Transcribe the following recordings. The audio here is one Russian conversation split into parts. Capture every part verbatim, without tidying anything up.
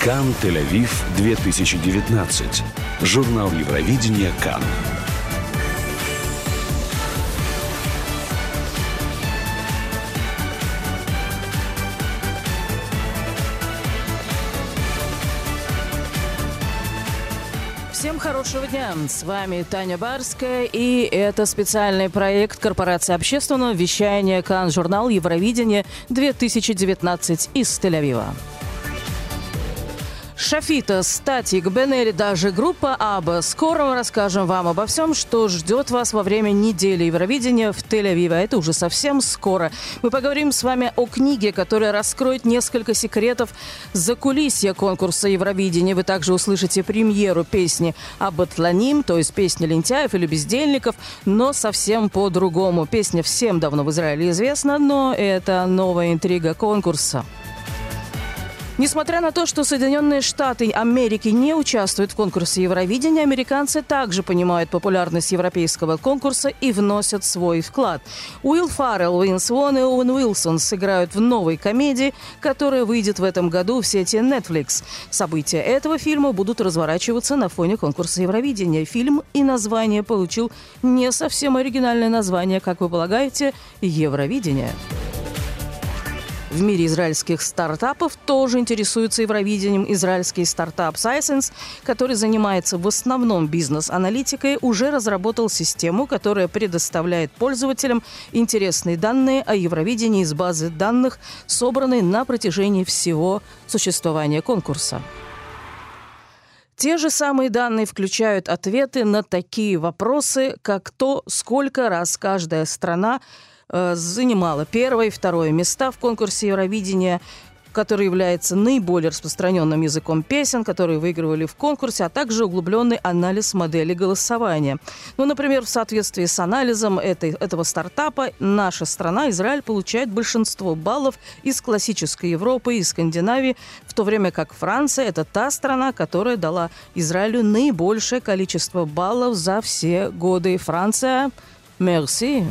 Кан Тель-Авив две тысячи девятнадцать. Журнал Евровидения Кан. Всем хорошего дня! С вами Таня Барская, и это специальный проект корпорации общественного вещания Кан, журнал Евровидения две тысячи девятнадцать из Тель-Авива. Шафита, Статик, Бенери, даже группа Абба. Скоро мы расскажем вам обо всем, что ждет вас во время недели Евровидения в Тель-Авиве. А это уже совсем скоро. Мы поговорим с вами о книге, которая раскроет несколько секретов закулисья конкурса Евровидения. Вы также услышите премьеру песни «Абатланим», то есть песни лентяев или бездельников, но совсем по-другому. Песня всем давно в Израиле известна, но это новая интрига конкурса. Несмотря на то, что Соединенные Штаты Америки не участвуют в конкурсе Евровидения, американцы также понимают популярность европейского конкурса и вносят свой вклад. Уилл Фаррелл, Винс Вон и Оуэн Уилсон сыграют в новой комедии, которая выйдет в этом году в сети Netflix. События этого фильма будут разворачиваться на фоне конкурса Евровидения. Фильм и название получил не совсем оригинальное название, как вы полагаете, Евровидение. В мире израильских стартапов тоже интересуется Евровидением. Израильский стартап Sisense, который занимается в основном бизнес-аналитикой, уже разработал систему, которая предоставляет пользователям интересные данные о Евровидении из базы данных, собранной на протяжении всего существования конкурса. Те же самые данные включают ответы на такие вопросы, как то, сколько раз каждая страна занимала первое и второе места в конкурсе Евровидения, который является наиболее распространенным языком песен, которые выигрывали в конкурсе, а также углубленный анализ модели голосования. Ну, например, в соответствии с анализом этой, этого стартапа наша страна, Израиль, получает большинство баллов из классической Европы и Скандинавии, в то время как Франция – это та страна, которая дала Израилю наибольшее количество баллов за все годы. Франция, merci.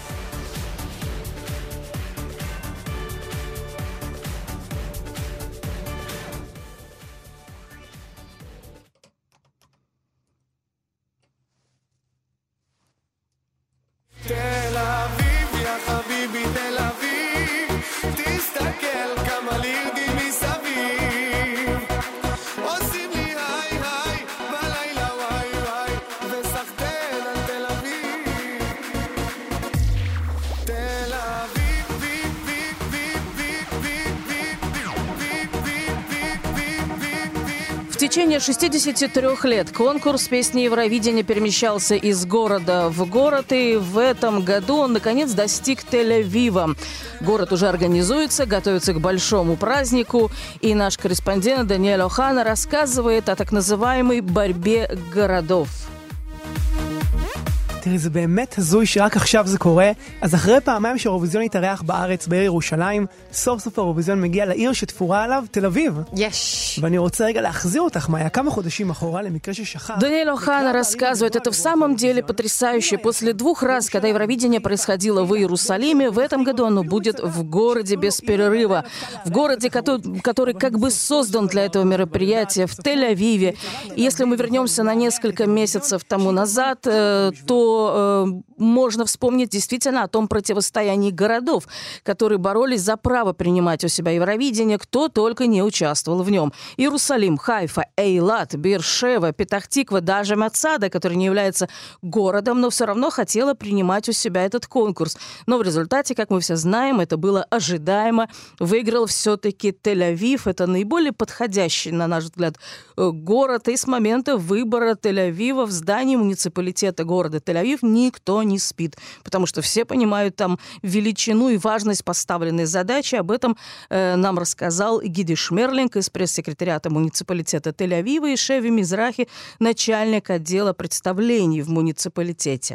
В течение шестидесяти трёх лет конкурс песни Евровидения перемещался из города в город, и в этом году он, наконец, достиг Тель-Авива. Город уже организуется, готовится к большому празднику, и наш корреспондент Даниэль Охана рассказывает о так называемой борьбе городов. תראי, זה באמת הזוי שרק עכשיו זה קורה. אז אחרי פעמיים שהאירוויזיון התארח בארץ, בעיר ירושלים, סוף סוף האירוויזיון מגיע לעיר שתפורה עליו, תל אביב. יש. ואני רוצה רגע להחזיר אותך, מאיה, כמה חודשים אחורה, למקרה ששכח. Даниэль Охана рассказывает, это в самом деле потрясающе. После двух раз, когда Евровидение происходило в Иерусалиме, в этом году оно будет в городе без перерыва. В городе, который, который как бы создан для этого мероприятия, в Тель-Авиве. И если мы вернемся на несколько месяцев тому назад, то можно вспомнить действительно о том противостоянии городов, которые боролись за право принимать у себя Евровидение, кто только не участвовал в нем. Иерусалим, Хайфа, Эйлат, Беэр-Шева, Петах-Тиква, даже Мацада, который не является городом, но все равно хотела принимать у себя этот конкурс. Но в результате, как мы все знаем, это было ожидаемо. Выиграл все-таки Тель-Авив. Это наиболее подходящий, на наш взгляд, город. И с момента выбора Тель-Авива в здании муниципалитета города Тель-Авив никто не спит, потому что все понимают там величину и важность поставленной задачи. Об этом э, нам рассказал Гиди Шмерлинг из пресс-секретариата муниципалитета Тель-Авива и Шеви Мизрахи, начальник отдела представлений в муниципалитете.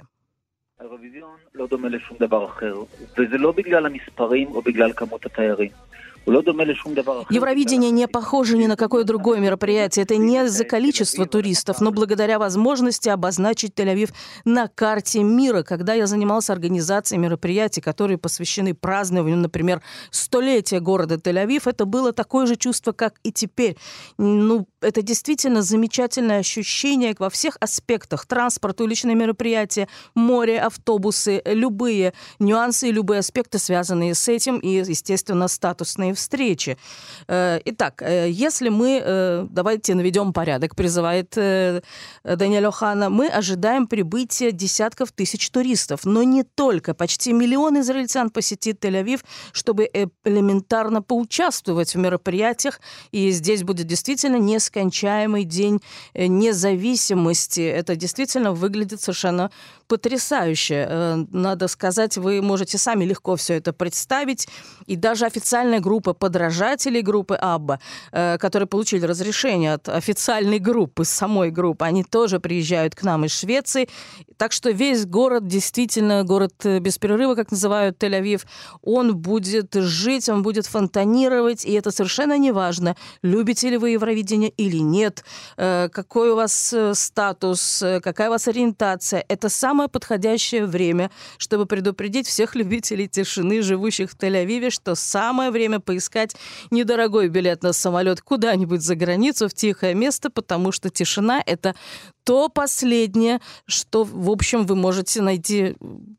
האירוויזיון לא דומה לשום דבר אחר, וזה לא בגלל המספרים או בגלל כמות התיירים. Евровидение не похоже ни на какое другое мероприятие. Это не из-за количества туристов, но благодаря возможности обозначить Тель-Авив на карте мира. Когда я занимался организацией мероприятий, которые посвящены празднованию, например, столетия города Тель-Авив, это было такое же чувство, как и теперь. Ну, это действительно замечательное ощущение во всех аспектах. Транспорт, уличные мероприятия, море, автобусы, любые нюансы и любые аспекты, связанные с этим, и, естественно, статусные встречи. Итак, если мы, давайте наведем порядок, призывает Даниэль Охана, мы ожидаем прибытия десятков тысяч туристов, но не только. Почти миллион израильтян посетит Тель-Авив, чтобы элементарно поучаствовать в мероприятиях, и здесь будет действительно нескончаемый день независимости. Это действительно выглядит совершенно потрясающе. Надо сказать, вы можете сами легко все это представить, и даже официальная группа подражателей группы Абба, которые получили разрешение от официальной группы, самой группы, они тоже приезжают к нам из Швеции. Так что весь город, действительно, город без перерыва, как называют Тель-Авив, он будет жить, он будет фонтанировать, и это совершенно не важно, любите ли вы Евровидение или нет, какой у вас статус, какая у вас ориентация. Это самое подходящее время, чтобы предупредить всех любителей тишины, живущих в Тель-Авиве, что самое время поискать недорогой билет на самолет куда-нибудь за границу, в тихое место, потому что тишина — это то последнее, что, в общем, вы можете найти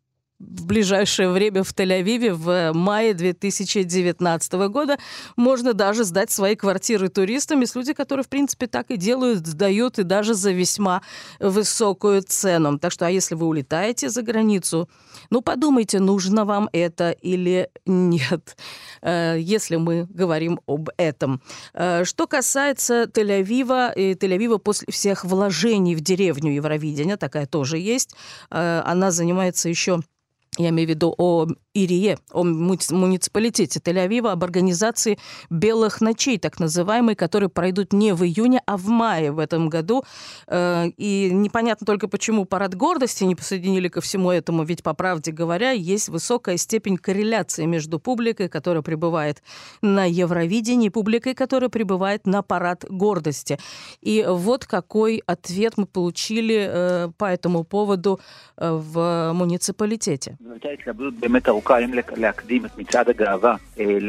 в ближайшее время в Тель-Авиве в мае две тысячи девятнадцатого года. Можно даже сдать свои квартиры туристам. Есть люди, которые, в принципе, так и делают, сдают, и даже за весьма высокую цену. Так что, а если вы улетаете за границу, ну, подумайте, нужно вам это или нет, если мы говорим об этом. Что касается Тель-Авива, и Тель-Авива после всех вложений в деревню Евровидения, такая тоже есть, она занимается еще... Я имею в виду о Ирие, о муниципалитете Тель-Авива, об организации «Белых ночей», так называемой, которые пройдут не в июне, а в мае в этом году. И непонятно только, почему парад гордости не присоединили ко всему этому, ведь, по правде говоря, есть высокая степень корреляции между публикой, которая прибывает на Евровидение, и публикой, которая прибывает на парад гордости. И вот какой ответ мы получили по этому поводу в муниципалитете. הייתה התלבטות באמת ארוכה אם להקדים את מצעד הגאווה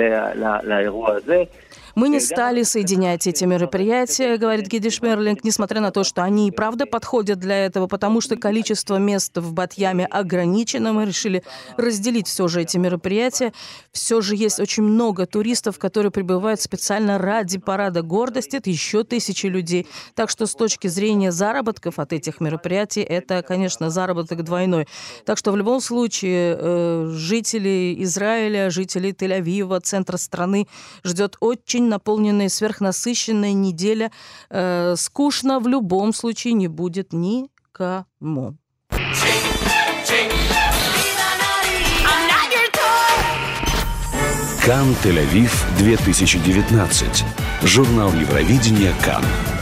לאירוע הזה. Мы не стали соединять эти мероприятия, говорит Гиди Шмерлинг, несмотря на то, что они и правда подходят для этого, потому что количество мест в Бат-Яме ограничено. Мы решили разделить все же эти мероприятия. Все же есть очень много туристов, которые прибывают специально ради парада гордости. Это еще тысячи людей. Так что с точки зрения заработков от этих мероприятий, это, конечно, заработок двойной. Так что в любом случае жители Израиля, жители Тель-Авива, центра страны ждет очень наполненная, сверхнасыщенная неделя. Э, скучно в любом случае не будет никому. Канн Тель-Авив две тысячи девятнадцать. Журнал Евровидения «Канн».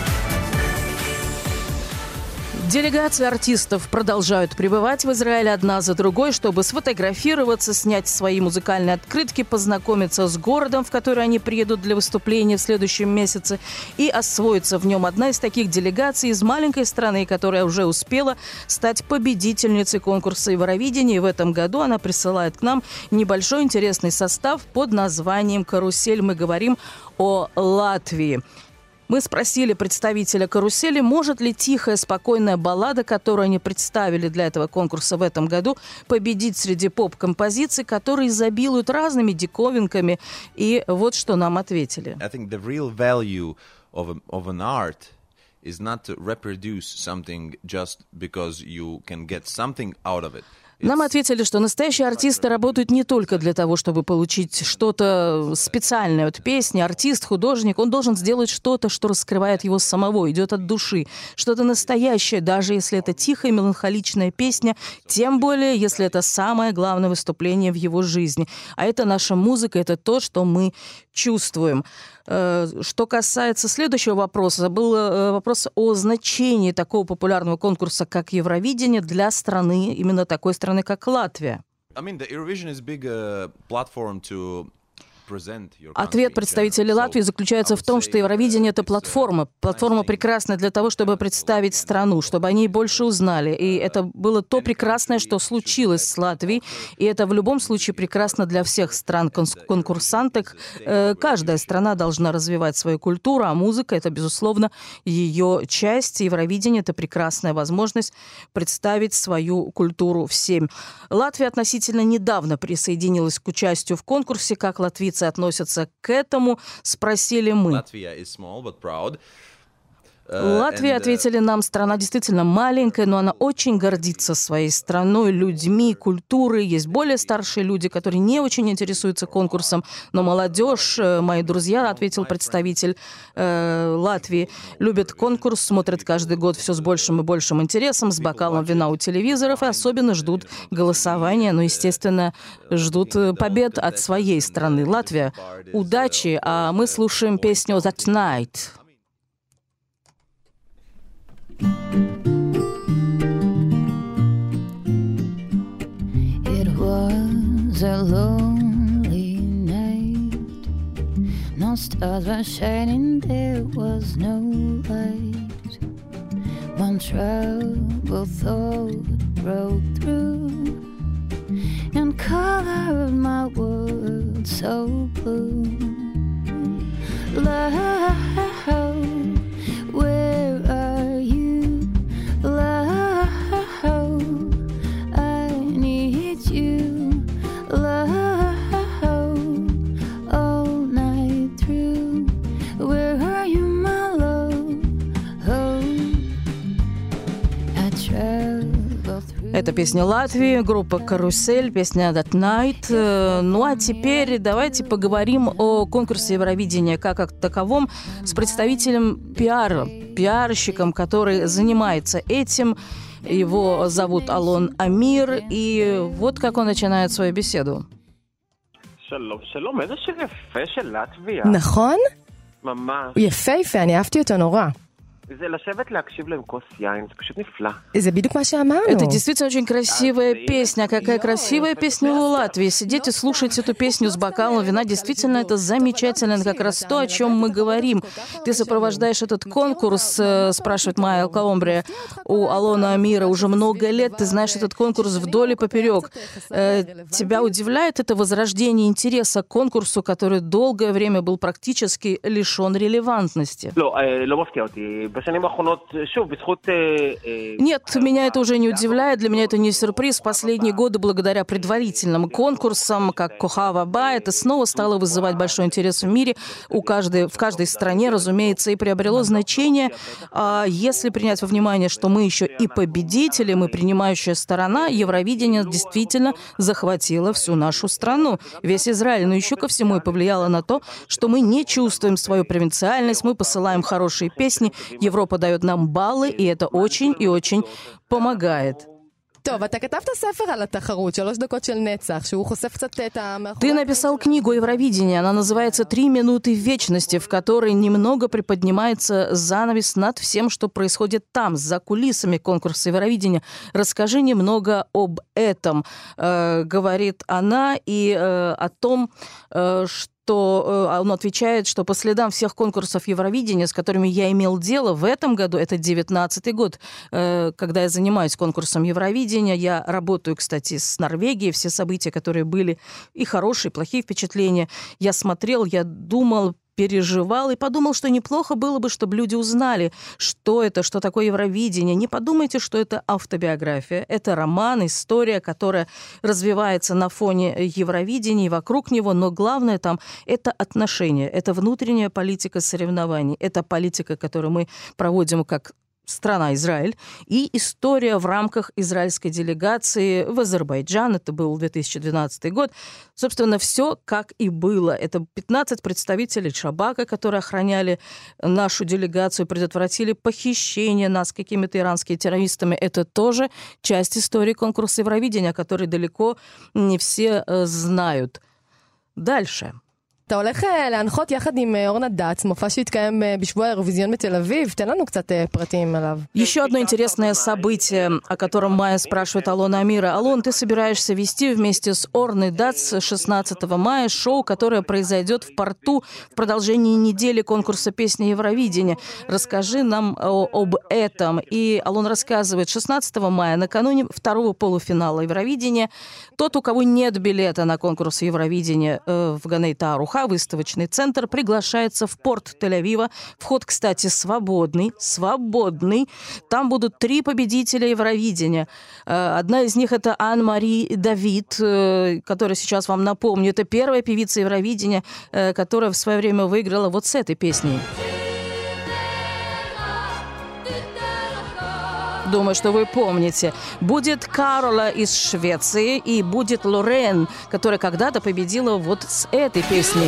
Делегации артистов продолжают прибывать в Израиль одна за другой, чтобы сфотографироваться, снять свои музыкальные открытки, познакомиться с городом, в который они приедут для выступления в следующем месяце, и освоиться в нем. Одна из таких делегаций из маленькой страны, которая уже успела стать победительницей конкурса Евровидения. И в этом году она присылает к нам небольшой интересный состав под названием «Карусель». Мы говорим о Латвии. Мы спросили представителя «Карусели», может ли тихая, спокойная баллада, которую они представили для этого конкурса в этом году, победить среди поп-композиций, которые изобилуют разными диковинками. И вот что нам ответили. I think the real value of, a, of an art is not to reproduce something just because you can get something out of it. Нам ответили, что настоящие артисты работают не только для того, чтобы получить что-то специальное от песни. Артист, художник, он должен сделать что-то, что раскрывает его самого, идет от души. Что-то настоящее, даже если это тихая, меланхоличная песня, тем более, если это самое главное выступление в его жизни. А это наша музыка, это то, что мы чувствуем. Что касается следующего вопроса, был вопрос о значении такого популярного конкурса, как Евровидение, для страны, именно такой страны, как Латвия. I mean, the Eurovision is big uh, platform to Ответ представителей Латвии заключается в том, что Евровидение — это платформа. Платформа прекрасная для того, чтобы представить страну, чтобы они больше узнали. И это было то прекрасное, что случилось с Латвией. И это в любом случае прекрасно для всех стран-конкурсанток. Каждая страна должна развивать свою культуру, а музыка — это, безусловно, ее часть. Евровидение — это прекрасная возможность представить свою культуру всем. Латвия относительно недавно присоединилась к участию в конкурсе. Как латвийцы относятся к этому, спросили мы. Латвия, ответили нам, страна действительно маленькая, но она очень гордится своей страной, людьми, культурой. Есть более старшие люди, которые не очень интересуются конкурсом, но молодежь, мои друзья, ответил представитель э, Латвии, любят конкурс, смотрят каждый год все с большим и большим интересом, с бокалом вина у телевизоров и особенно ждут голосования, но, естественно, ждут побед от своей страны. Латвия, удачи, а мы слушаем песню «That Night». It was a lonely night. No stars were shining, there was no light. One troubled thought broke through and colored my world so blue. Love, where are you? Love, I need you. Love, all night through. Where are you, my love? Oh, I travel through. Это песня Латвии, группа «Карусель», песня «That Night». Ну а теперь давайте поговорим о конкурсе Евровидения как о таковом с представителем пиара, пиарщиком, который занимается этим. Его зовут Алон Амир, и вот как он начинает свою беседу. שלום, שלום, איזה שיר יפה של לטביה. נכון? ממש. הוא יפהפה, אני אהבתי אותו נורא. זה לשבת להקשיב להם כוס יין, זה פשוט נפלא. זה בדיוק מה שאמרנו. Это действительно очень красивая песня. Какая красивая песня у Латвии. Сидеть и слушать эту песню с бокалом вина, действительно, это замечательно. Как раз то, о чем мы говорим. Ты сопровождаешь этот конкурс, спрашивает Майя Коломбрия у Алона Амира. Уже много лет ты знаешь этот конкурс вдоль и поперек. Тебя удивляет это возрождение интереса к конкурсу, который долгое время был практически лишен релевантности? Нет, меня это уже не удивляет, для меня это не сюрприз. В последние годы, благодаря предварительным конкурсам, как Кохава Ба, это снова стало вызывать большой интерес в мире, у каждой, в каждой стране, разумеется, и приобрело значение. А если принять во внимание, что мы еще и победители, мы принимающая сторона, Евровидение действительно захватило всю нашу страну, весь Израиль. Но еще ко всему и повлияло на то, что мы не чувствуем свою провинциальность, мы посылаем хорошие песни, Европа дает нам баллы, и это очень и очень помогает. טוב, אתה כתבת ספר על התחרות, שלוש דקות של נצח, שהוא חושף קצת את המאחורי... Ты написал книгу Евровидения, она называется «Три минуты вечности», в которой немного приподнимается занавес над всем, что происходит там, за кулисами конкурса Евровидения. Расскажи немного об этом, э, говорит она, и э, о том, э, что то он отвечает, что по следам всех конкурсов Евровидения, с которыми я имел дело в этом году, это девятнадцатый год, когда я занимаюсь конкурсом Евровидения, я работаю, кстати, с Норвегией, все события, которые были, и хорошие, и плохие впечатления, я смотрел, я думал, переживал и подумал, что неплохо было бы, чтобы люди узнали, что это, что такое Евровидение. Не подумайте, что это автобиография. Это роман, история, которая развивается на фоне Евровидения и вокруг него, но главное там — это отношения, это внутренняя политика соревнований, это политика, которую мы проводим как страна Израиль, и история в рамках израильской делегации в Азербайджан. Это был две тысячи двенадцатый год. Собственно, все как и было. Это пятнадцать представителей Шабака, которые охраняли нашу делегацию, предотвратили похищение нас какими-то иранскими террористами. Это тоже часть истории конкурса Евровидения, о которой далеко не все знают. Дальше. אתה הולך להנחות יחד עם אורנה דאץ, מופע שהתקיים בשבוע האירוויזיון בתל אביב. תן לנו קצת פרטים עליו. Еще одно интересное событие, о котором Майя спрашивает Алона Амира. Алон, ты собираешься вести вместе с Орной Датс шестнадцатого мая шоу, которое произойдет в порту в продолжении недели конкурса песни Евровидения. Расскажи нам о, об этом. И Алон рассказывает, шестнадцатого мая, накануне второго полуфинала Евровидения, тот, у кого нет билета на конкурс Евровидения э, в Ганей-Тааруха, выставочный центр, приглашается в порт Тель-Авива. Вход, кстати, свободный. Свободный. Там будут три победителя Евровидения. Э, одна из них — это Ан-Мари Давид, э, которая сейчас вам напомню. Это первая певица Евровидения, э, которая в свое время выиграла вот с этой песней. Думаю, что вы помните. Будет Карола из Швеции и будет Лорен, которая когда-то победила вот с этой песней.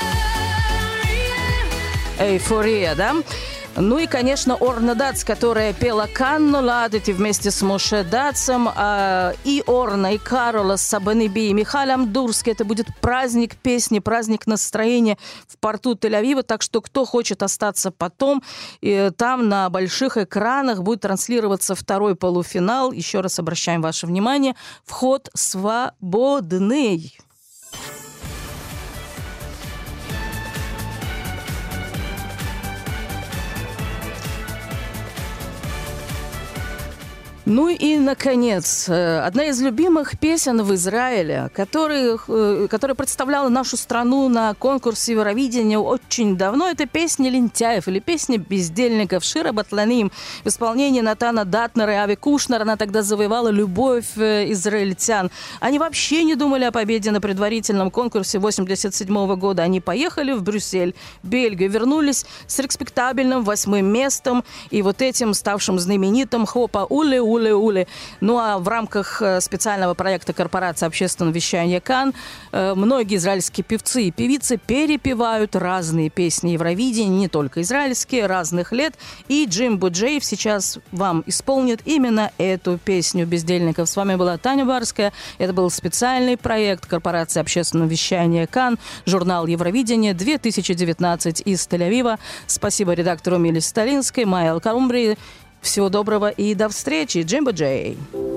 Эйфория, да? Ну и, конечно, Орна Датс, которая пела «Канно ладити» вместе с Моше Датсом, а, и Орна, и Карола с Сабаныби, и Михалем Дурский. Это будет праздник песни, праздник настроения в порту Тель-Авива. Так что, кто хочет остаться потом, и там на больших экранах будет транслироваться второй полуфинал. Еще раз обращаем ваше внимание. Вход свободный. Ну и, наконец, одна из любимых песен в Израиле, который, которая представляла нашу страну на конкурсе Евровидения очень давно, это песня «Лентяев» или песня «Бездельников» Шира Батланим в исполнении Натана Датнера и Ави Кушнера. Она тогда завоевала любовь израильтян. Они вообще не думали о победе на предварительном конкурсе восемьдесят седьмого года. Они поехали в Брюссель, Бельгию, вернулись с респектабельным восьмым местом и вот этим ставшим знаменитым «Хопа уле уле-уле». Ну а в рамках специального проекта корпорации общественного вещания Кан многие израильские певцы и певицы перепевают разные песни Евровидения, не только израильские, разных лет. И Джимбо Джейв сейчас вам исполнит именно эту песню «Бездельников». С вами была Таня Барская. Это был специальный проект корпорации общественного вещания Кан, журнал Евровидения две тысячи девятнадцать из Тель-Авива. Спасибо редактору Миле Сталинской, Майя Алкарумбри. Всего доброго и до встречи. Джимбо Джей.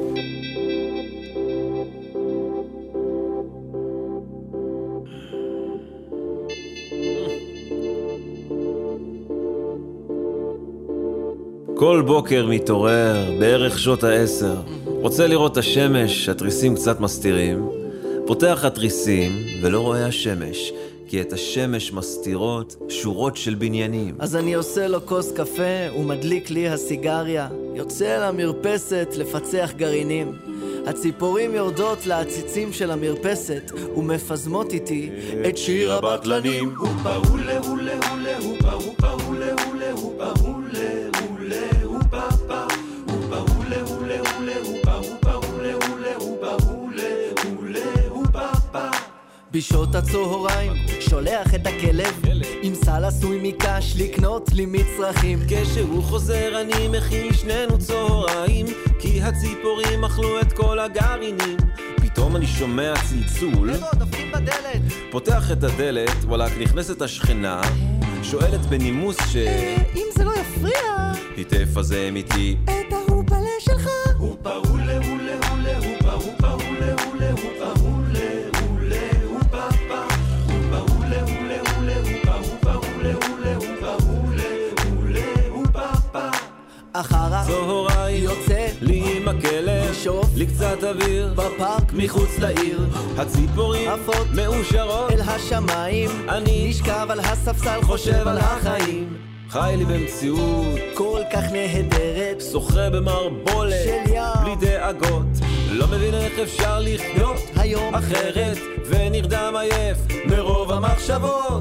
כל בוקר מתעורר בערך שעות העשר, רוצה לראות את השמש, התריסים קצת מסתירים, פותח התריסים ולא רואה השמש, כי את השמש מסתירות שורות של בניינים. אז אני עושה לו כוס קפה ומדליק לי הסיגריה, יוצא למרפסת לפצח גרעינים. הציפורים יורדות לעציצים של המרפסת ומפזמות איתי את שיר הבטלנים. הופה הולה הולה הולה הופה הופה הולה הולה הופה הולה הולה הופה הופה הופה הולה הולה הולה הופה הופה הולה הולה הופה הולה הולה הופה הופה. בשעות הצהריים שולח את הכלב עם סל עשוי מקש לקנות לי מצרכים. כשהוא חוזר אני מכין שנינו צהריים, כי הציפורים אכלו את כל הגרעינים. פתאום אני שומע צלצול, דופקים בדלת. פותח את הדלת, וואלק, נכנסת השכנה, שואלת בנימוס ש... אם זה לא יפריע, היא תפזם איתי את ההופלה שלך. הופה הולה הולה הולה הופה הופה הולה הולה הופה הולה הולה הופה הופה הולה הולה הולה הופה הופה הולה הולה הופה הולה הולה הופה. אחר צהריים יוצא לי עם הכלב, לשאוף לי קצת אוויר בפארק מחוץ לעיר. הציפורים עפות מאושרות אל השמיים, אני נשכב על הספסל חושב על החיים. חי לי במציאות כל כך נהדרת, שוחה במרבולת של ים בלי דאגות, לא מבין איך אפשר לחיות היום אחרת, ונרדם עייף מרוב המחשבות.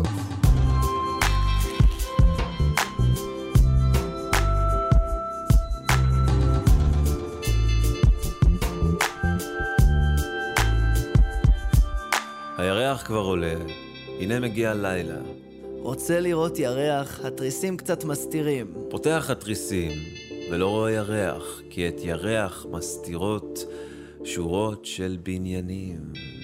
הירח כבר עולה, הנה מגיע לילה. רוצה לראות ירח, התריסים קצת מסתירים. פותח התריסים ולא רואה ירח, כי את ירח מסתירות שורות של בניינים.